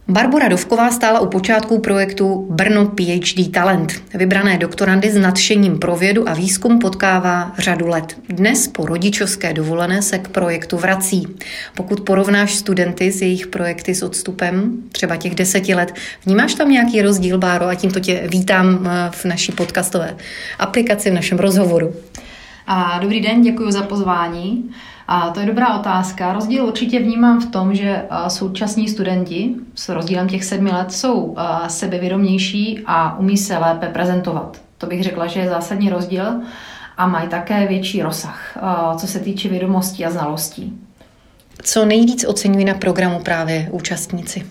Barbora Dovková stála u počátků projektu Brno PhD Talent. Vybrané doktorandy s nadšením pro vědu a výzkum potkává řadu let. Dnes po rodičovské dovolené se k projektu vrací. Pokud porovnáš studenty s jejich projekty s odstupem, třeba těch 10 let, vnímáš tam nějaký rozdíl, Báro? A tímto tě vítám v naší podcastové aplikaci, v našem rozhovoru. Dobrý den, děkuji za pozvání. To je dobrá otázka. Rozdíl určitě vnímám v tom, že současní studenti s rozdílem těch 7 let jsou sebevědomější a umí se lépe prezentovat. To bych řekla, že je zásadní rozdíl a mají také větší rozsah, co se týče vědomostí a znalostí. Co nejvíc oceňují na programu právě účastníci?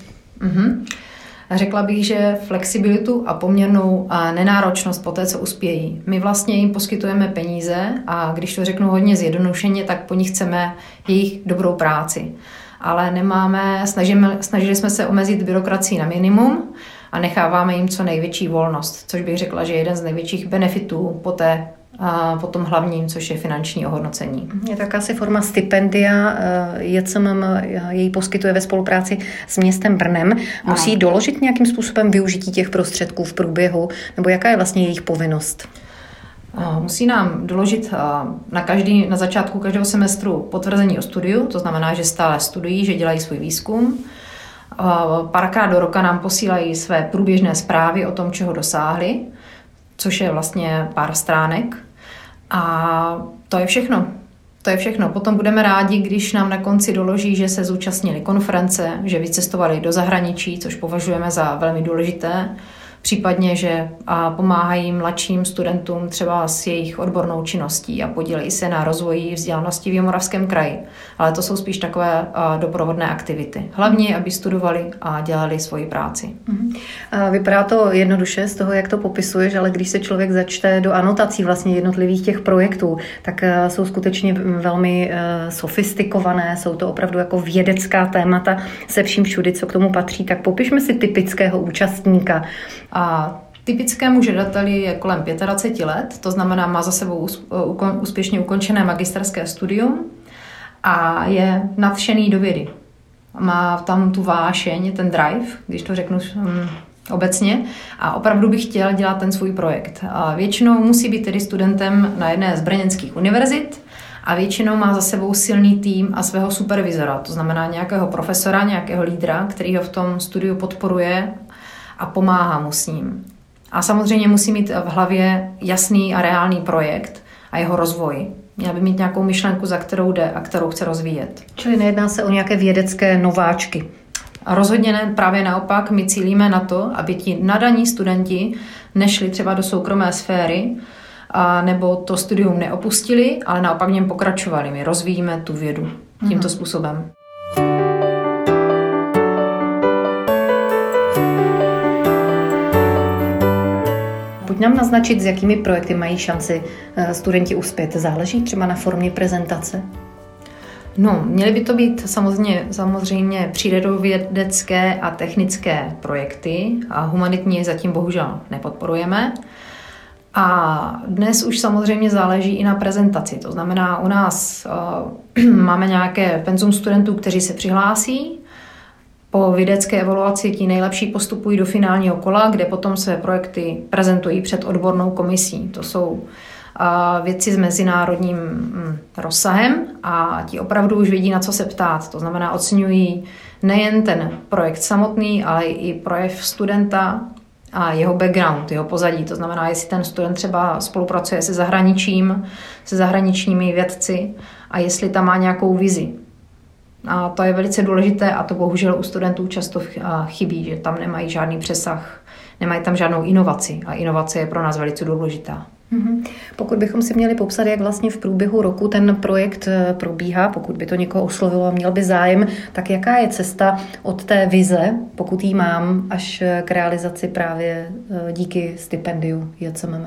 Řekla bych, že flexibilitu a poměrnou nenáročnost po té, co uspějí. My vlastně jim poskytujeme peníze a když to řeknu hodně zjednodušeně, tak po nich chceme jejich dobrou práci. Ale snažili jsme se omezit byrokracii na minimum a necháváme jim co největší volnost, což bych řekla, že je jeden z největších benefitů po tom hlavním, což je finanční ohodnocení. Je to jakási forma stipendia, JCMM jej poskytuje ve spolupráci s městem Brnem. Musí doložit nějakým způsobem využití těch prostředků v průběhu, nebo jaká je vlastně jejich povinnost? Musí nám doložit na začátku každého semestru potvrzení o studiu, to znamená, že stále studují, že dělají svůj výzkum. Párkrát do roka nám posílají své průběžné zprávy o tom, čeho dosáhli, což je vlastně pár stránek. A to je všechno. Potom budeme rádi, když nám na konci doloží, že se zúčastnili konference, že vycestovali do zahraničí, což považujeme za velmi důležité. Případně, že pomáhají mladším studentům třeba s jejich odbornou činností a podílejí se na rozvoji vzdělanosti v Jihomoravském kraji. Ale to jsou spíš takové doprovodné aktivity. Hlavně, aby studovali a dělali svoji práci. Vypadá to jednoduše z toho, jak to popisuješ, ale když se člověk začte do anotací vlastně jednotlivých těch projektů, tak jsou skutečně velmi sofistikované, jsou to opravdu jako vědecká témata se vším všudy, co k tomu patří. Tak popišme si typického účastníka. A typickému žadateli je kolem 25 let, to znamená, má za sebou úspěšně ukončené magisterské studium a je nadšený do vědy. Má tam tu vášeň, ten drive, když to řeknu obecně, a opravdu by chtěl dělat ten svůj projekt. A většinou musí být tedy studentem na jedné z brněnských univerzit a většinou má za sebou silný tým a svého supervizora, to znamená nějakého profesora, nějakého lídra, který ho v tom studiu podporuje a pomáhá mu s ním. A samozřejmě musí mít v hlavě jasný a reálný projekt a jeho rozvoj. Měl by mít nějakou myšlenku, za kterou jde a kterou chce rozvíjet. Čili nejedná se o nějaké vědecké nováčky? A rozhodně ne, právě naopak, my cílíme na to, aby ti nadaní studenti nešli třeba do soukromé sféry nebo to studium neopustili, ale naopak v něm pokračovali. My rozvíjíme tu vědu tímto způsobem. Pojď nám naznačit, s jakými projekty mají šanci studenti uspět. Záleží třeba na formě prezentace? Měly by to být samozřejmě přírodovědecké a technické projekty a humanitní zatím bohužel nepodporujeme. A dnes už samozřejmě záleží i na prezentaci. To znamená, u nás máme nějaké penzum studentů, kteří se přihlásí. Po vědecké evaluaci ti nejlepší postupují do finálního kola, kde potom své projekty prezentují před odbornou komisí. To jsou vědci s mezinárodním rozsahem a ti opravdu už vědí, na co se ptát. To znamená, oceňují nejen ten projekt samotný, ale i projev studenta a jeho background, jeho pozadí. To znamená, jestli ten student třeba spolupracuje se zahraničím, se zahraničními vědci a jestli tam má nějakou vizi. A to je velice důležité a to bohužel u studentů často chybí, že tam nemají žádný přesah, nemají tam žádnou inovaci a inovace je pro nás velice důležitá. Pokud bychom si měli popsat, jak vlastně v průběhu roku ten projekt probíhá, pokud by to někoho oslovilo a měl by zájem, tak jaká je cesta od té vize, pokud ji mám, až k realizaci právě díky stipendiu JCMM?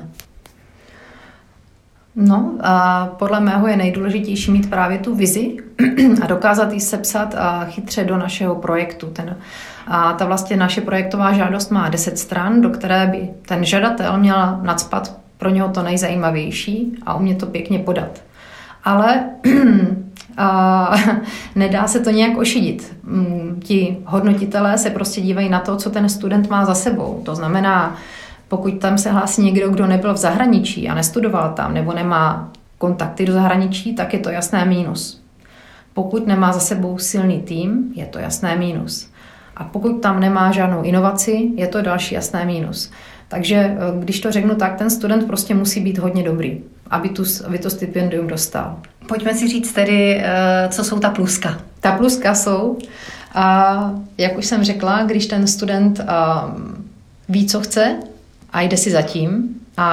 A podle mého je nejdůležitější mít právě tu vizi a dokázat ji sepsat chytře do našeho projektu. Ta vlastně naše projektová žádost má 10 stran, do které by ten žadatel měl nacpat pro něho to nejzajímavější a umět to pěkně podat. Ale a nedá se to nějak ošidit. Ti hodnotitelé se prostě dívají na to, co ten student má za sebou. To znamená, pokud tam se hlásí někdo, kdo nebyl v zahraničí a nestudoval tam, nebo nemá kontakty do zahraničí, tak je to jasné mínus. Pokud nemá za sebou silný tým, je to jasné mínus. A pokud tam nemá žádnou inovaci, je to další jasné mínus. Takže když to řeknu tak, ten student prostě musí být hodně dobrý, aby to stipendium dostal. Pojďme si říct tedy, co jsou ta pluska. Ta pluska jsou, jak už jsem řekla, když ten student ví, co chce a jde si za tím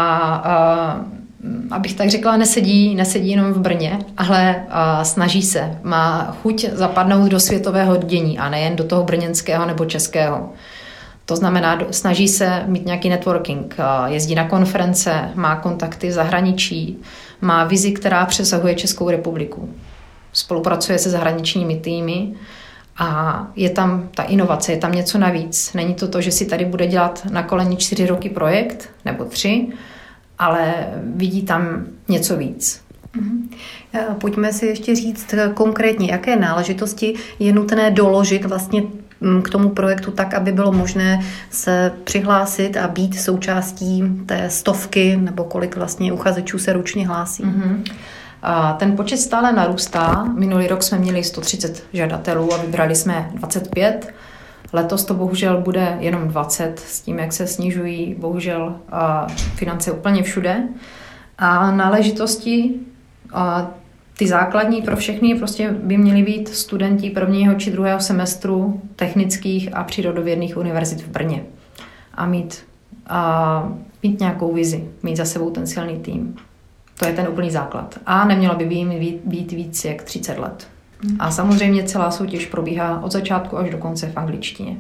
abych tak řekla, nesedí jenom v Brně, ale snaží se, má chuť zapadnout do světového dění a nejen do toho brněnského nebo českého. To znamená, snaží se mít nějaký networking, jezdí na konference, má kontakty v zahraničí, má vizi, která přesahuje Českou republiku. Spolupracuje se zahraničními týmy a je tam ta inovace, je tam něco navíc. Není to, že si tady bude dělat na koleni 4 roky projekt nebo 3, ale vidí tam něco víc. Pojďme si ještě říct konkrétně, jaké náležitosti je nutné doložit vlastně k tomu projektu tak, aby bylo možné se přihlásit a být součástí té 100 nebo kolik vlastně uchazečů se ručně hlásí. A ten počet stále narůstá. Minulý rok jsme měli 130 žadatelů a vybrali jsme 25. Letos to bohužel bude jenom 20, s tím, jak se snižují bohužel finance úplně všude. A náležitosti, ty základní pro všechny prostě by měli být studenti 1. či 2. semestru technických a přírodovědných univerzit v Brně. A mít nějakou vizi, mít za sebou ten silný tým. To je ten úplný základ. A nemělo by jim být víc jak 30 let. A samozřejmě celá soutěž probíhá od začátku až do konce v angličtině.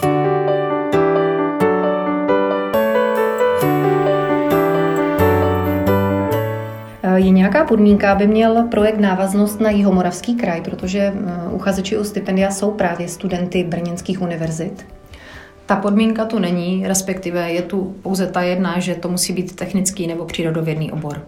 Je nějaká podmínka, aby měl projekt návaznost na Jihomoravský kraj, protože uchazeči o stipendia jsou právě studenty brněnských univerzit? Ta podmínka tu není, respektive je tu pouze ta jedna, že to musí být technický nebo přírodovědný obor.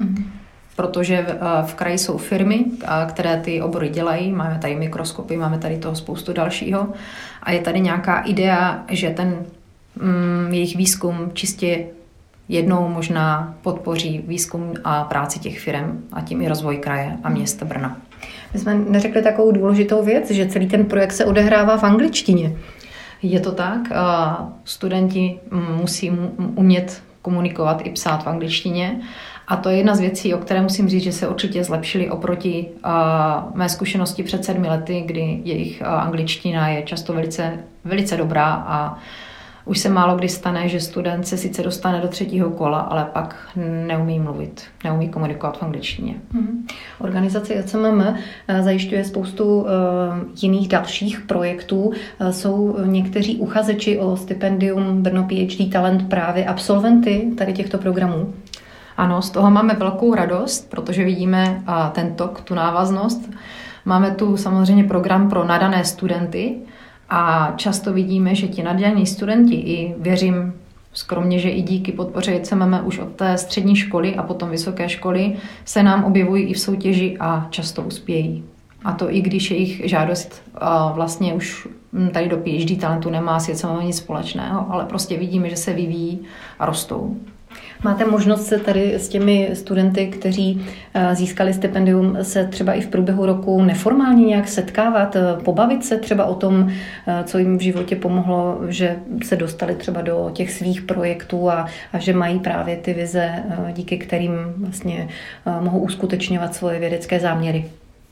Protože v kraji jsou firmy, které ty obory dělají, máme tady mikroskopy, máme tady toho spoustu dalšího a je tady nějaká idea, že ten jejich výzkum čistě jednou možná podpoří výzkum a práci těch firm a tím i rozvoj kraje a města Brna. My jsme neřekli takovou důležitou věc, že celý ten projekt se odehrává v angličtině. Je to tak, studenti musí umět komunikovat i psát v angličtině. A to je jedna z věcí, o které musím říct, že se určitě zlepšili oproti mé zkušenosti před 7 lety, kdy jejich angličtina je často velice, velice dobrá a už se málo kdy stane, že student se sice dostane do 3. kola, ale pak neumí mluvit, neumí komunikovat v angličtině. Organizace JCMM zajišťuje spoustu jiných dalších projektů. Jsou někteří uchazeči o stipendium Brno PhD Talent právě absolventy tady těchto programů? Ano, z toho máme velkou radost, protože vidíme ten tok, tu návaznost. Máme tu samozřejmě program pro nadané studenty a často vidíme, že ti nadaní studenti, i věřím skromně, že i díky podpoře JCMM už od té střední školy a potom vysoké školy se nám objevují i v soutěži a často uspějí. A to i když jejich žádost vlastně už tady do PhD talentu nemá s JCMM nic společného, ale prostě vidíme, že se vyvíjí a rostou. Máte možnost se tady s těmi studenty, kteří získali stipendium, se třeba i v průběhu roku neformálně nějak setkávat, pobavit se třeba o tom, co jim v životě pomohlo, že se dostali třeba do těch svých projektů a že mají právě ty vize, díky kterým vlastně mohou uskutečňovat svoje vědecké záměry?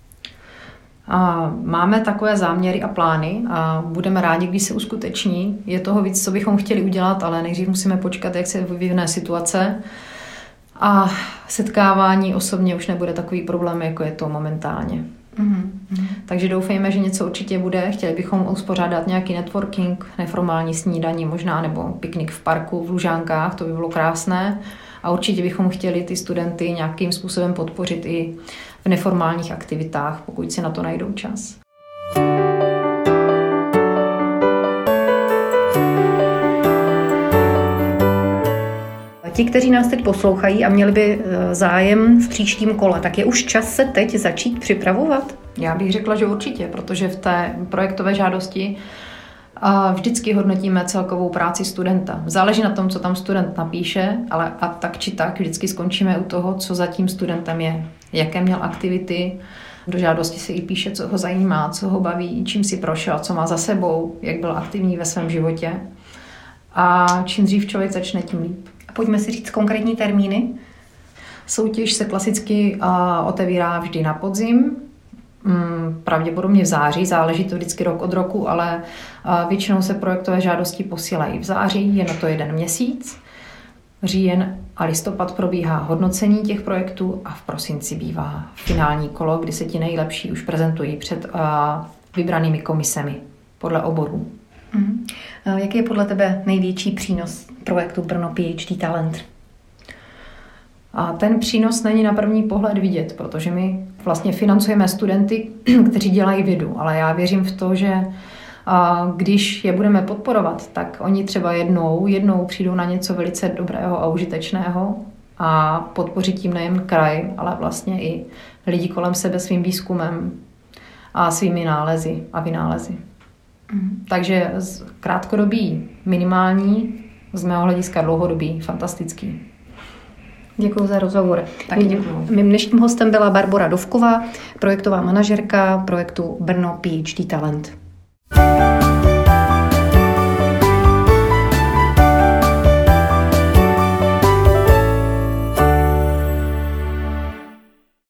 Máme takové záměry a plány a budeme rádi, když se uskuteční. Je toho víc, co bychom chtěli udělat, ale nejdřív musíme počkat, jak se vyvine situace. A setkávání osobně už nebude takový problém, jako je to momentálně. Takže doufejme, že něco určitě bude. Chtěli bychom uspořádat nějaký networking, neformální snídaní možná, nebo piknik v parku v Lužánkách, to by bylo krásné. A určitě bychom chtěli ty studenty nějakým způsobem podpořit i v neformálních aktivitách, pokud si na to najdou čas. Ti, kteří nás teď poslouchají a měli by zájem v příštím kole, tak je už čas se teď začít připravovat? Já bych řekla, že určitě, protože v té projektové žádosti vždycky hodnotíme celkovou práci studenta. Záleží na tom, co tam student napíše, ale a tak či tak vždycky skončíme u toho, co za tím studentem je. Jaké měl aktivity, do žádosti se i píše, co ho zajímá, co ho baví, čím si prošel, co má za sebou, jak byl aktivní ve svém životě. A čím dřív člověk začne, tím líp. A pojďme si říct konkrétní termíny. Soutěž se klasicky otevírá vždy na podzim, pravděpodobně v září, záleží to vždycky rok od roku, ale většinou se projektové žádosti posílají v září, je na to 1 měsíc. Říjen a listopad probíhá hodnocení těch projektů a v prosinci bývá finální kolo, kdy se ti nejlepší už prezentují před vybranými komisemi podle oborů. Jaký je podle tebe největší přínos projektu Brno PhD Talent? A ten přínos není na první pohled vidět, protože my vlastně financujeme studenty, kteří dělají vědu, ale já věřím v to, že když je budeme podporovat, tak oni třeba jednou přijdou na něco velice dobrého a užitečného a podpoří tím nejen kraj, ale vlastně i lidi kolem sebe svým výzkumem a svými nálezy a vynálezy. Takže krátkodobý minimální, z mého hlediska dlouhodobý fantastický. Děkuji za rozhovor. Taky děkuji. Mým dnešním hostem byla Barbora Dovková, projektová manažerka projektu Brno PhD Talent.